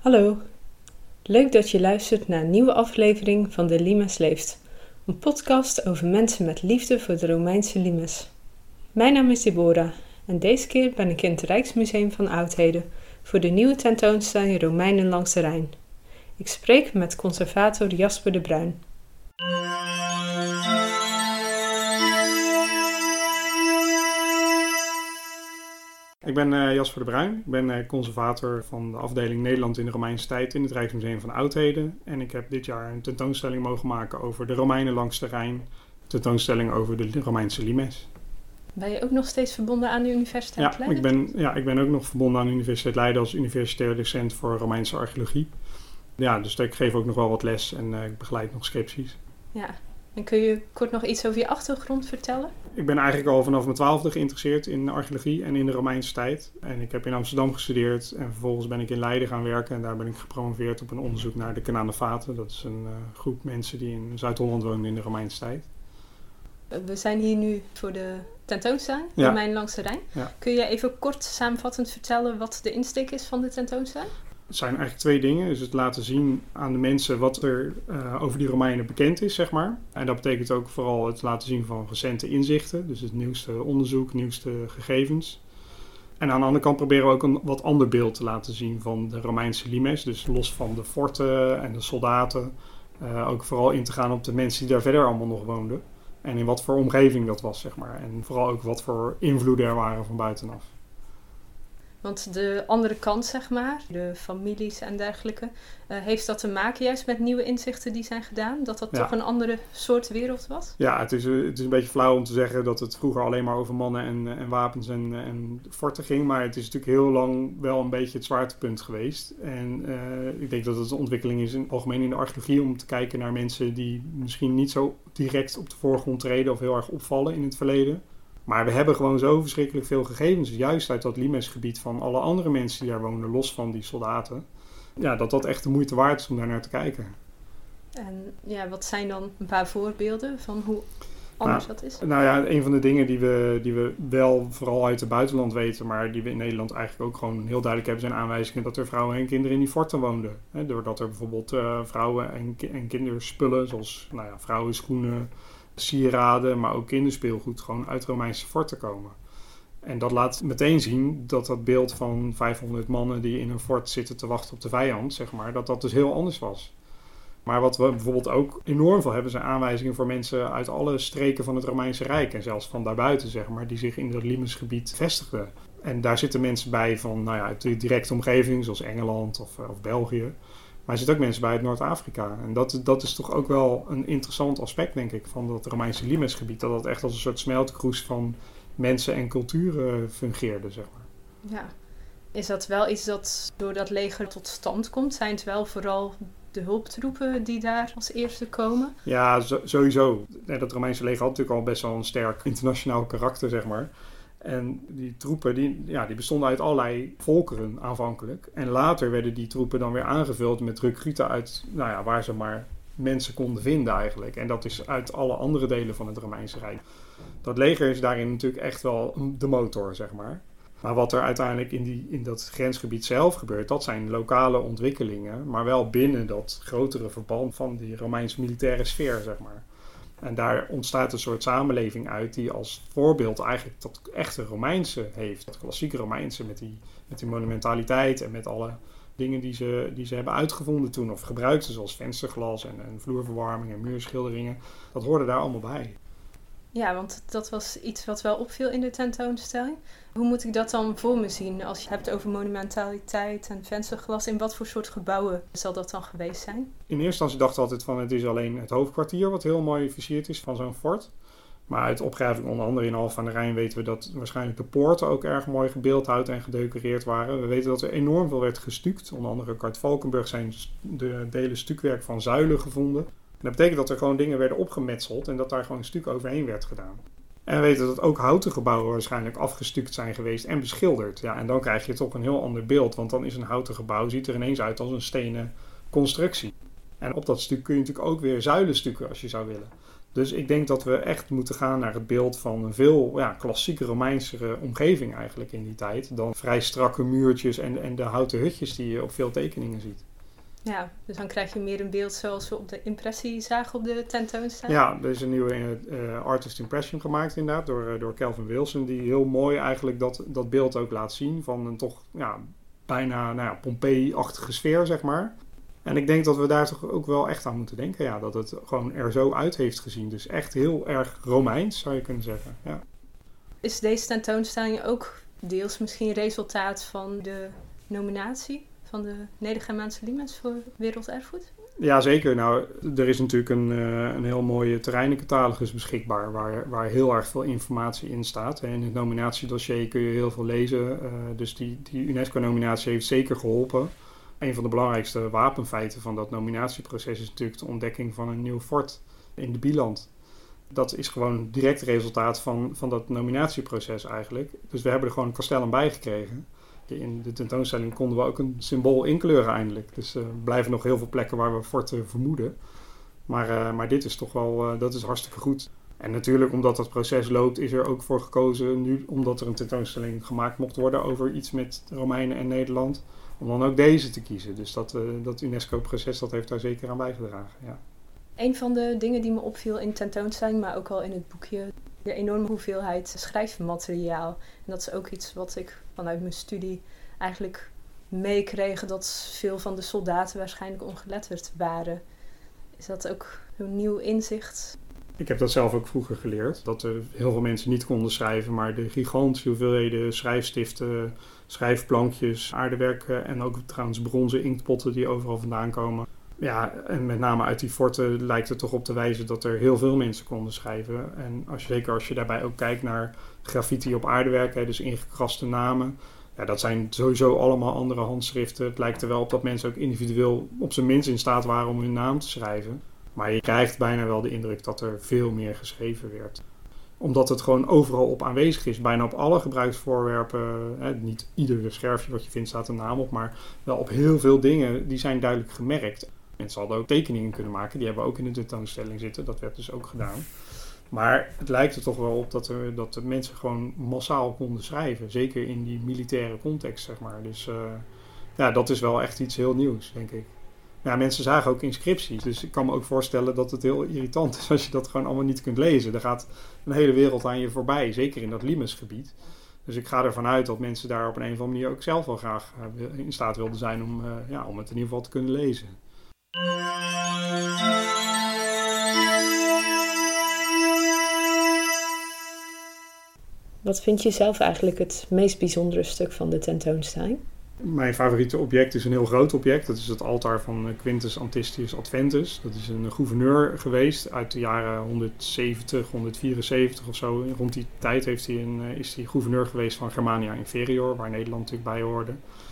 Hallo, leuk dat je luistert naar een nieuwe aflevering van De Limes Leeft, een podcast over mensen met liefde voor de Romeinse limes. Mijn naam is Deborah en deze keer ben ik in het Rijksmuseum van Oudheden voor de nieuwe tentoonstelling Romeinen langs de Rijn. Ik spreek met conservator Jasper de Bruin. Ik ben Jasper de Bruin. Ik ben conservator van de afdeling Nederland in de Romeinse tijd in het Rijksmuseum van Oudheden. En ik heb dit jaar een tentoonstelling mogen maken over de Romeinen langs de Rijn. Een tentoonstelling over de Romeinse limes. Ben je ook nog steeds verbonden aan de Universiteit Leiden? Ik ben ook nog verbonden aan de Universiteit Leiden als universitair docent voor Romeinse archeologie. Ja, dus ik geef ook nog wel wat les en ik begeleid nog scripties. Ja, en kun je kort nog iets over je achtergrond vertellen? Ik ben eigenlijk al vanaf mijn 12e geïnteresseerd in archeologie en in de Romeinse tijd. En ik heb in Amsterdam gestudeerd en vervolgens ben ik in Leiden gaan werken. En daar ben ik gepromoveerd op een onderzoek naar de Canaanefaten. Dat is een groep mensen die in Zuid-Holland woonden in de Romeinse tijd. We zijn hier nu voor de tentoonstelling, Romeinen langs de Rijn. Ja. Kun je even kort samenvattend vertellen wat de insteek is van de tentoonstelling? Het zijn eigenlijk twee dingen. Dus het laten zien aan de mensen wat er over die Romeinen bekend is, zeg maar. En dat betekent ook vooral het laten zien van recente inzichten. Dus het nieuwste onderzoek, nieuwste gegevens. En aan de andere kant proberen we ook een wat ander beeld te laten zien van de Romeinse limes. Dus los van de forten en de soldaten. Ook vooral in te gaan op de mensen die daar verder allemaal nog woonden. En in wat voor omgeving dat was, zeg maar. En vooral ook wat voor invloeden er waren van buitenaf. Want de andere kant, zeg maar, de families en dergelijke, heeft dat te maken juist met nieuwe inzichten die zijn gedaan? Dat toch een andere soort wereld was? Ja, het is een beetje flauw om te zeggen dat het vroeger alleen maar over mannen en wapens en forten ging. Maar het is natuurlijk heel lang wel een beetje het zwaartepunt geweest. En ik denk dat het een ontwikkeling is algemeen in de archeologie om te kijken naar mensen die misschien niet zo direct op de voorgrond treden of heel erg opvallen in het verleden. Maar we hebben gewoon zo verschrikkelijk veel gegevens, juist uit dat limesgebied van alle andere mensen die daar wonen, los van die soldaten. Ja, dat echt de moeite waard is om daar naar te kijken. En ja, wat zijn dan een paar voorbeelden van hoe anders dat is? Nou ja, een van de dingen die we wel vooral uit het buitenland weten, maar die we in Nederland eigenlijk ook gewoon heel duidelijk hebben, zijn aanwijzingen dat er vrouwen en kinderen in die forten woonden. Doordat er bijvoorbeeld vrouwen en kinderspullen, zoals vrouwenschoenen, sieraden, maar ook kinderspeelgoed gewoon uit Romeinse forten komen. En dat laat meteen zien dat beeld van 500 mannen die in een fort zitten te wachten op de vijand, zeg maar, dat dus heel anders was. Maar wat we bijvoorbeeld ook enorm veel hebben, zijn aanwijzingen voor mensen uit alle streken van het Romeinse Rijk en zelfs van daarbuiten, zeg maar, die zich in dat limesgebied vestigden. En daar zitten mensen bij van, uit de directe omgeving, zoals Engeland of België. Maar er zitten ook mensen bij uit Noord-Afrika. En dat is toch ook wel een interessant aspect, denk ik, van dat Romeinse limesgebied. Dat het echt als een soort smeltkroes van mensen en culturen fungeerde, zeg maar. Ja. Is dat wel iets dat door dat leger tot stand komt? Zijn het wel vooral de hulptroepen die daar als eerste komen? Ja, sowieso. Dat Romeinse leger had natuurlijk al best wel een sterk internationaal karakter, zeg maar. En die troepen die bestonden uit allerlei volkeren aanvankelijk. En later werden die troepen dan weer aangevuld met recruten uit waar ze maar mensen konden vinden eigenlijk. En dat is uit alle andere delen van het Romeinse Rijk. Dat leger is daarin natuurlijk echt wel de motor, zeg maar. Maar wat er uiteindelijk in dat grensgebied zelf gebeurt, dat zijn lokale ontwikkelingen. Maar wel binnen dat grotere verband van die Romeinse militaire sfeer, zeg maar. En daar ontstaat een soort samenleving uit die als voorbeeld eigenlijk dat echte Romeinse heeft. Dat klassieke Romeinse met die monumentaliteit en met alle dingen die ze hebben uitgevonden toen of gebruikten, zoals vensterglas en vloerverwarming en muurschilderingen. Dat hoorde daar allemaal bij. Ja, want dat was iets wat wel opviel in de tentoonstelling. Hoe moet ik dat dan voor me zien als je hebt over monumentaliteit en vensterglas? In wat voor soort gebouwen zal dat dan geweest zijn? In eerste instantie dachten we altijd van het is alleen het hoofdkwartier wat heel mooi versierd is van zo'n fort. Maar uit opgraving onder andere in Alphen aan de Rijn weten we dat waarschijnlijk de poorten ook erg mooi gebeeldhouwd en gedecoreerd waren. We weten dat er enorm veel werd gestuukt. Onder andere in Kart-Valkenburg zijn de delen stukwerk van zuilen gevonden. En dat betekent dat er gewoon dingen werden opgemetseld en dat daar gewoon een stuk overheen werd gedaan. En we weten dat ook houten gebouwen waarschijnlijk afgestuukt zijn geweest en beschilderd. Ja, en dan krijg je toch een heel ander beeld, want dan is een houten gebouw, ziet er ineens uit als een stenen constructie. En op dat stuk kun je natuurlijk ook weer zuilen stukken als je zou willen. Dus ik denk dat we echt moeten gaan naar het beeld van een veel klassieke Romeinse omgeving eigenlijk in die tijd. Dan vrij strakke muurtjes en de houten hutjes die je op veel tekeningen ziet. Ja, dus dan krijg je meer een beeld zoals we op de impressie zagen op de tentoonstelling. Ja, er is een nieuwe artist impression gemaakt inderdaad door Kelvin Wilson. Die heel mooi eigenlijk dat beeld ook laat zien van een toch bijna Pompeii-achtige sfeer, zeg maar. En ik denk dat we daar toch ook wel echt aan moeten denken. Ja, dat het gewoon er zo uit heeft gezien. Dus echt heel erg Romeins, zou je kunnen zeggen. Ja. Is deze tentoonstelling ook deels misschien resultaat van de nominatie van de Neder-Germaanse Limes voor Werelderfgoed? Ja, zeker. Nou, er is natuurlijk een heel mooie terreinencatalogus beschikbaar waar heel erg veel informatie in staat. In het nominatiedossier kun je heel veel lezen. Dus die UNESCO-nominatie heeft zeker geholpen. Een van de belangrijkste wapenfeiten van dat nominatieproces is natuurlijk de ontdekking van een nieuw fort in de Bieland. Dat is gewoon direct resultaat van dat nominatieproces eigenlijk. Dus we hebben er gewoon een kasteel aan bijgekregen. In de tentoonstelling konden we ook een symbool inkleuren eindelijk. Dus er blijven nog heel veel plekken waar we forten vermoeden. Maar dit is toch wel, dat is hartstikke goed. En natuurlijk, omdat dat proces loopt, is er ook voor gekozen nu, omdat er een tentoonstelling gemaakt mocht worden over iets met Romeinen en Nederland, om dan ook deze te kiezen. Dus dat UNESCO-proces, dat heeft daar zeker aan bijgedragen, ja. Een van de dingen die me opviel in de tentoonstelling, maar ook al in het boekje, de enorme hoeveelheid schrijfmateriaal. En dat is ook iets wat ik vanuit mijn studie eigenlijk meekreeg, dat veel van de soldaten waarschijnlijk ongeletterd waren. Is dat ook een nieuw inzicht? Ik heb dat zelf ook vroeger geleerd, dat er heel veel mensen niet konden schrijven, maar de gigantische hoeveelheden schrijfstiften, schrijfplankjes, aardewerken en ook trouwens bronzen inktpotten die overal vandaan komen. Ja, en met name uit die forten lijkt het toch op te wijzen dat er heel veel mensen konden schrijven. En zeker als je daarbij ook kijkt naar graffiti op aardewerk, dus ingekraste namen. Ja, dat zijn sowieso allemaal andere handschriften. Het lijkt er wel op dat mensen ook individueel op zijn minst in staat waren om hun naam te schrijven. Maar je krijgt bijna wel de indruk dat er veel meer geschreven werd. Omdat het gewoon overal op aanwezig is. Bijna op alle gebruiksvoorwerpen. Niet iedere scherfje wat je vindt staat een naam op. Maar wel op heel veel dingen die zijn duidelijk gemerkt. Mensen hadden ook tekeningen kunnen maken. Die hebben we ook in de tentoonstelling zitten. Dat werd dus ook gedaan. Maar het lijkt er toch wel op dat de mensen gewoon massaal konden schrijven. Zeker in die militaire context, zeg maar. Dus dat is wel echt iets heel nieuws, denk ik. Ja, mensen zagen ook inscripties. Dus ik kan me ook voorstellen dat het heel irritant is als je dat gewoon allemaal niet kunt lezen. Er gaat een hele wereld aan je voorbij. Zeker in dat Limes-gebied. Dus ik ga ervan uit dat mensen daar op een of andere manier ook zelf wel graag in staat wilden zijn om het in ieder geval te kunnen lezen. Wat vind je zelf eigenlijk het meest bijzondere stuk van de tentoonstelling? Mijn favoriete object is een heel groot object. Dat is het altaar van Quintus Antistius Adventus. Dat is een gouverneur geweest uit de jaren 170, 174 of zo. Rond die tijd is hij gouverneur geweest van Germania Inferior, waar Nederland natuurlijk bij hoorde.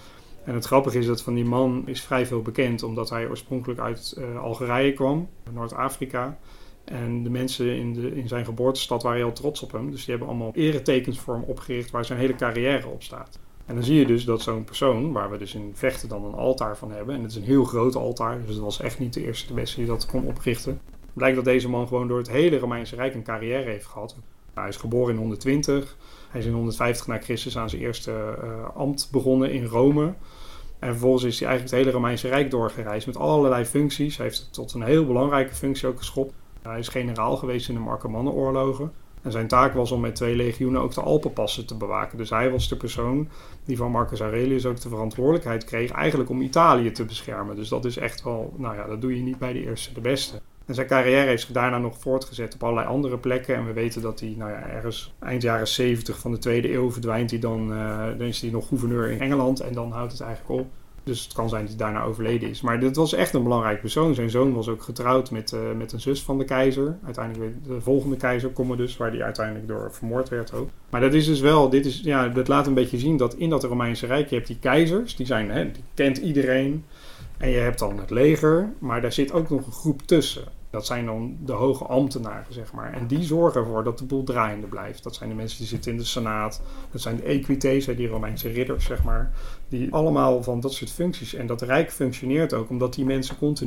En het grappige is dat van die man is vrij veel bekend, omdat hij oorspronkelijk uit Algerije kwam, Noord-Afrika. En de mensen in zijn geboortestad waren heel trots op hem. Dus die hebben allemaal eretekens voor hem opgericht waar zijn hele carrière op staat. En dan zie je dus dat zo'n persoon, waar we dus in Vechten dan een altaar van hebben. En het is een heel groot altaar, dus het was echt niet de eerste de beste die dat kon oprichten. Blijkt dat deze man gewoon door het hele Romeinse Rijk een carrière heeft gehad. Hij is geboren in 120. Hij is in 150 na Christus aan zijn eerste ambt begonnen in Rome. En vervolgens is hij eigenlijk het hele Romeinse Rijk doorgereisd met allerlei functies. Hij heeft het tot een heel belangrijke functie ook geschopt. Hij is generaal geweest in de Markomannenoorlogen. En zijn taak was om met 2 legioenen ook de Alpenpassen te bewaken. Dus hij was de persoon die van Marcus Aurelius ook de verantwoordelijkheid kreeg eigenlijk om Italië te beschermen. Dus dat is echt wel, dat doe je niet bij de eerste de beste. En zijn carrière heeft zich daarna nog voortgezet op allerlei andere plekken. En we weten dat hij ergens eind jaren 70 van de 2e eeuw verdwijnt hij dan is hij nog gouverneur in Engeland en dan houdt het eigenlijk op. Dus het kan zijn dat hij daarna overleden is. Maar dit was echt een belangrijk persoon. Zijn zoon was ook getrouwd met een zus van de keizer. Uiteindelijk de volgende keizer Commodus, waar hij uiteindelijk door vermoord werd ook. Maar dat is dus wel, dat laat een beetje zien dat in dat Romeinse Rijk, je hebt die keizers, die kent iedereen. En je hebt dan het leger, maar daar zit ook nog een groep tussen. Dat zijn dan de hoge ambtenaren, zeg maar. En die zorgen ervoor dat de boel draaiende blijft. Dat zijn de mensen die zitten in de senaat. Dat zijn de equites, die Romeinse ridders, zeg maar. Die allemaal van dat soort functies. En dat rijk functioneert ook omdat die mensen continu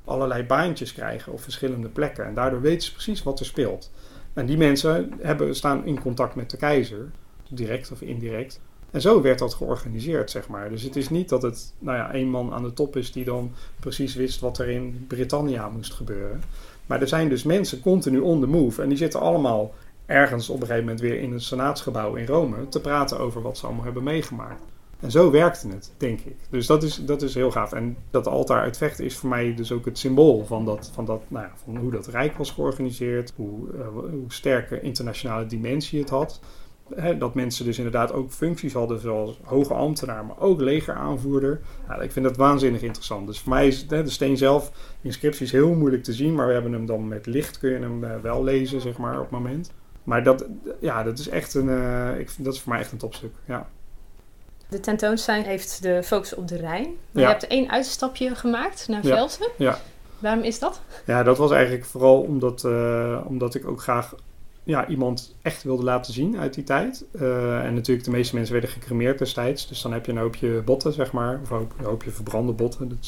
allerlei baantjes krijgen op verschillende plekken. En daardoor weten ze precies wat er speelt. En die mensen staan in contact met de keizer, direct of indirect. En zo werd dat georganiseerd, zeg maar. Dus het is niet dat het één man aan de top is die dan precies wist wat er in Britannia moest gebeuren. Maar er zijn dus mensen continu on the move. En die zitten allemaal ergens op een gegeven moment weer in het senaatsgebouw in Rome te praten over wat ze allemaal hebben meegemaakt. En zo werkte het, denk ik. Dus dat is heel gaaf. En dat altaar uit Vechten is voor mij dus ook het symbool van hoe dat rijk was georganiseerd, hoe sterke internationale dimensie het had. Dat mensen dus inderdaad ook functies hadden zoals hoge ambtenaar, maar ook legeraanvoerder. Ik vind dat waanzinnig interessant. Dus voor mij is de steen zelf, inscriptie is heel moeilijk te zien, maar we hebben hem dan met licht, kun je hem wel lezen, zeg maar, op het moment. Maar dat is echt dat is voor mij echt een topstuk, ja. De tentoonstelling heeft de focus op de Rijn. Maar je hebt 1 uitstapje gemaakt naar Velzen. Ja. Waarom is dat? Ja, dat was eigenlijk vooral omdat ik ook graag iemand echt wilde laten zien uit die tijd. En natuurlijk de meeste mensen werden gecremeerd destijds. Dus dan heb je een hoopje botten, zeg maar. Of een hoopje verbrande botten.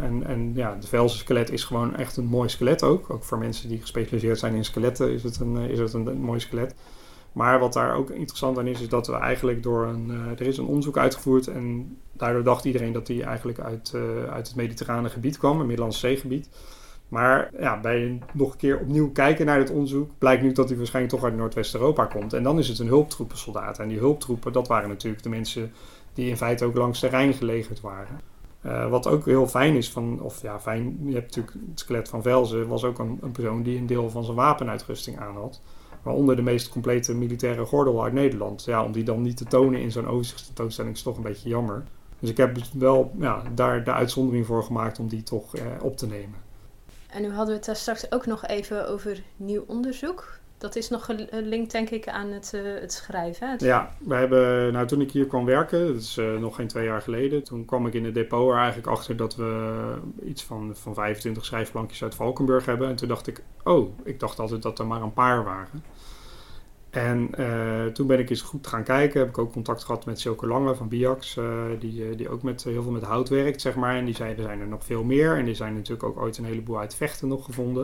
De Velzen skelet is gewoon echt een mooi skelet ook. Ook voor mensen die gespecialiseerd zijn in skeletten is het een mooi skelet. Maar wat daar ook interessant aan is dat we eigenlijk er is een onderzoek uitgevoerd en daardoor dacht iedereen dat die eigenlijk uit het mediterrane gebied kwam, het Middellandse Zeegebied. Maar bij nog een keer opnieuw kijken naar dit onderzoek blijkt nu dat hij waarschijnlijk toch uit Noordwest-Europa komt. En dan is het een hulptroepensoldaat. En die hulptroepen, dat waren natuurlijk de mensen die in feite ook langs de Rijn gelegerd waren. Wat ook heel fijn is, je hebt natuurlijk het skelet van Velzen, was ook een persoon die een deel van zijn wapenuitrusting aan had. Waaronder de meest complete militaire gordel uit Nederland. Ja, om die dan niet te tonen in zo'n overzichtstentoonstelling is toch een beetje jammer. Dus ik heb wel daar de uitzondering voor gemaakt om die toch op te nemen. En nu hadden we het daar straks ook nog even over nieuw onderzoek. Dat is nog gelinkt, denk ik, aan het schrijven. Hè? Ja, we hebben, toen ik hier kwam werken, dat is nog geen 2 jaar geleden, toen kwam ik in het depot er eigenlijk achter dat we iets van 25 schrijfplankjes uit Valkenburg hebben. En toen dacht ik, ik dacht altijd dat er maar een paar waren. En toen ben ik eens goed gaan kijken. Heb ik ook contact gehad met Silke Lange van Biax, die ook heel veel met hout werkt, zeg maar. En die zei, er zijn er nog veel meer. En er zijn natuurlijk ook ooit een heleboel uit Vechten nog gevonden.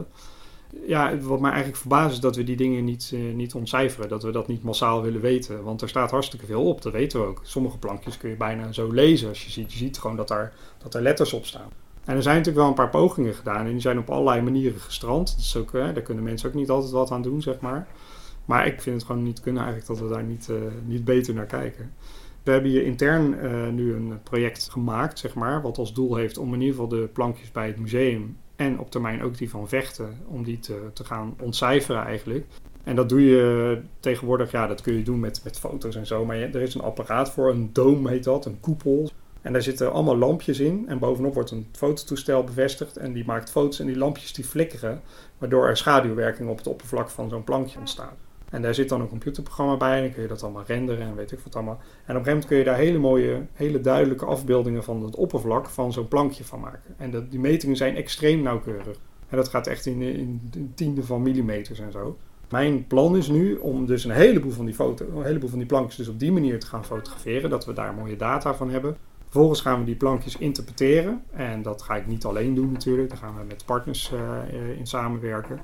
Ja, wat mij eigenlijk verbaast is dat we die dingen niet ontcijferen. Dat we dat niet massaal willen weten. Want er staat hartstikke veel op, dat weten we ook. Sommige plankjes kun je bijna zo lezen als je ziet. Je ziet gewoon dat er letters op staan. En er zijn natuurlijk wel een paar pogingen gedaan. En die zijn op allerlei manieren gestrand. Dat is ook, daar kunnen mensen ook niet altijd wat aan doen, zeg maar. Maar ik vind het gewoon niet kunnen eigenlijk dat we daar niet beter naar kijken. We hebben hier intern nu een project gemaakt, zeg maar. Wat als doel heeft om in ieder geval de plankjes bij het museum en op termijn ook die van Vechten, om die te gaan ontcijferen eigenlijk. En dat doe je tegenwoordig, dat kun je doen met foto's en zo. Maar er is een apparaat voor, een dome heet dat, een koepel. En daar zitten allemaal lampjes in. En bovenop wordt een fototoestel bevestigd. En die maakt foto's en die lampjes die flikkeren. Waardoor er schaduwwerking op het oppervlak van zo'n plankje ontstaat. En daar zit dan een computerprogramma bij. En dan kun je dat allemaal renderen en weet ik wat allemaal. En op een gegeven moment kun je daar hele mooie, hele duidelijke afbeeldingen van het oppervlak van zo'n plankje van maken. En die metingen zijn extreem nauwkeurig. En dat gaat echt in tienden van millimeters en zo. Mijn plan is nu om dus een heleboel van die plankjes dus op die manier te gaan fotograferen. Dat we daar mooie data van hebben. Vervolgens gaan we die plankjes interpreteren. En dat ga ik niet alleen doen natuurlijk. Daar gaan we met partners in samenwerken.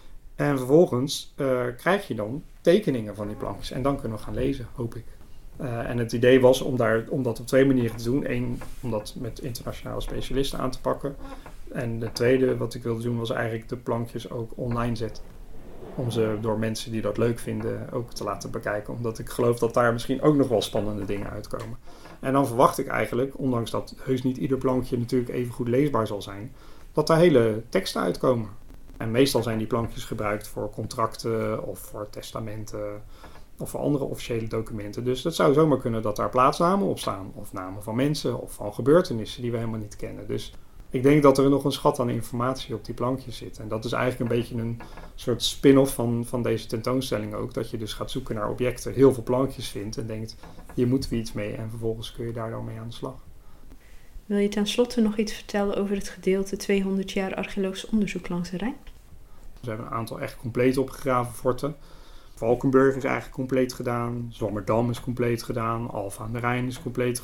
En vervolgens krijg je dan tekeningen van die plankjes. En dan kunnen we gaan lezen, hoop ik. En het idee was om dat op 2 manieren te doen. 1, om dat met internationale specialisten aan te pakken. En de tweede wat ik wilde doen was eigenlijk de plankjes ook online zetten. Om ze door mensen die dat leuk vinden ook te laten bekijken. Omdat ik geloof dat daar misschien ook nog wel spannende dingen uitkomen. En dan verwacht ik eigenlijk, ondanks dat heus niet ieder plankje natuurlijk even goed leesbaar zal zijn, dat daar hele teksten uitkomen. En meestal zijn die plankjes gebruikt voor contracten of voor testamenten of voor andere officiële documenten. Dus het zou zomaar kunnen dat daar plaatsnamen op staan. Of namen van mensen of van gebeurtenissen die we helemaal niet kennen. Dus ik denk dat er nog een schat aan informatie op die plankjes zit. En dat is eigenlijk een beetje een soort spin-off van deze tentoonstelling ook. Dat je dus gaat zoeken naar objecten, heel veel plankjes vindt en denkt, hier moeten we iets mee. En vervolgens kun je daar dan mee aan de slag. Wil je ten slotte nog iets vertellen over het gedeelte 200 jaar archeologisch onderzoek langs de Rijn? We hebben een aantal echt compleet opgegraven forten. Valkenburg is eigenlijk compleet gedaan. Zwammerdam is compleet gedaan. Alphen aan de Rijn is compleet gedaan.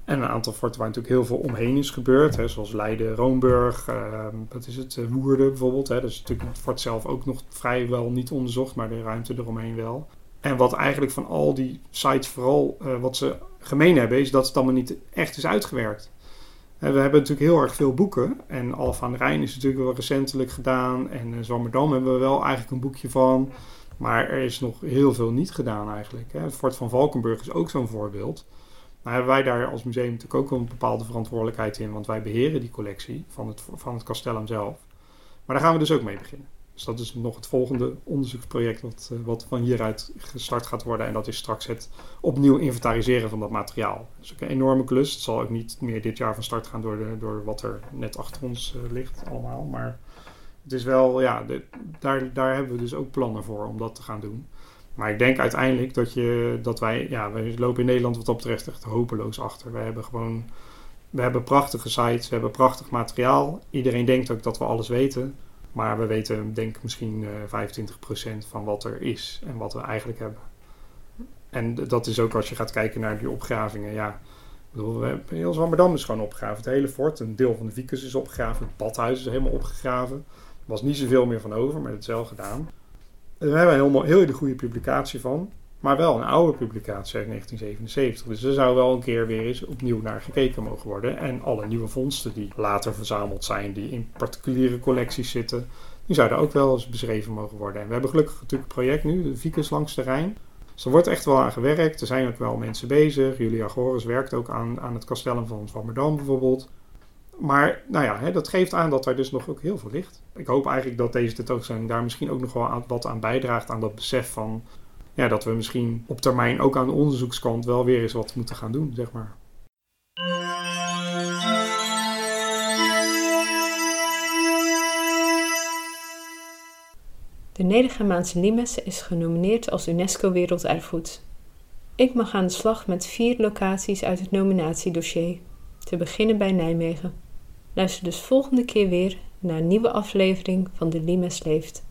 En een aantal forten waar natuurlijk heel veel omheen is gebeurd. Hè, zoals Leiden, Roomburg, Woerden bijvoorbeeld. Hè. Dus natuurlijk het fort zelf ook nog vrijwel niet onderzocht, maar de ruimte eromheen wel. En wat eigenlijk van al die sites vooral wat ze gemeen hebben, is dat het allemaal niet echt is uitgewerkt. We hebben natuurlijk heel erg veel boeken. En Alphen aan de Rijn is natuurlijk wel recentelijk gedaan. En Zwammerdam hebben we wel eigenlijk een boekje van. Maar er is nog heel veel niet gedaan eigenlijk. Het Fort van Valkenburg is ook zo'n voorbeeld. Nou hebben wij daar als museum natuurlijk ook wel een bepaalde verantwoordelijkheid in. Want wij beheren die collectie van het castellum zelf. Maar daar gaan we dus ook mee beginnen. Dus dat is nog het volgende onderzoeksproject wat van hieruit gestart gaat worden. En dat is straks het opnieuw inventariseren van dat materiaal. Dat is ook een enorme klus. Het zal ook niet meer dit jaar van start gaan door wat er net achter ons ligt allemaal. Maar het is wel, daar hebben we dus ook plannen voor om dat te gaan doen. Maar ik denk uiteindelijk wij lopen in Nederland wat dat betreft echt hopeloos achter. We hebben prachtige sites, we hebben prachtig materiaal. Iedereen denkt ook dat we alles weten. Maar we weten denk ik misschien 25% van wat er is en wat we eigenlijk hebben. En dat is ook als je gaat kijken naar die opgravingen. Ja, ik bedoel, heel Zwammerdam is gewoon opgegraven. Het hele fort, een deel van de Vicus is opgegraven. Het badhuis is helemaal opgegraven. Er was niet zoveel meer van over, maar het is wel gedaan. En we hebben een hele goede publicatie van. Maar wel een oude publicatie uit 1977. Dus er zou wel een keer weer eens opnieuw naar gekeken mogen worden. En alle nieuwe vondsten die later verzameld zijn, die in particuliere collecties zitten, die zouden ook wel eens beschreven mogen worden. En we hebben gelukkig natuurlijk een project nu, de Vicus langs de Rijn. Dus er wordt echt wel aan gewerkt. Er zijn ook wel mensen bezig. Julia Goris werkt ook aan het castellum van Zwammerdam bijvoorbeeld. Maar dat geeft aan dat er dus nog ook heel veel ligt. Ik hoop eigenlijk dat deze tentoonstelling daar misschien ook nog wel wat aan bijdraagt aan dat besef van dat we misschien op termijn ook aan de onderzoekskant wel weer eens wat moeten gaan doen, zeg maar. De Nedergermaanse Limes is genomineerd als UNESCO Werelderfgoed. Ik mag aan de slag met 4 locaties uit het nominatiedossier, te beginnen bij Nijmegen. Luister dus volgende keer weer naar een nieuwe aflevering van De Limes Leeft.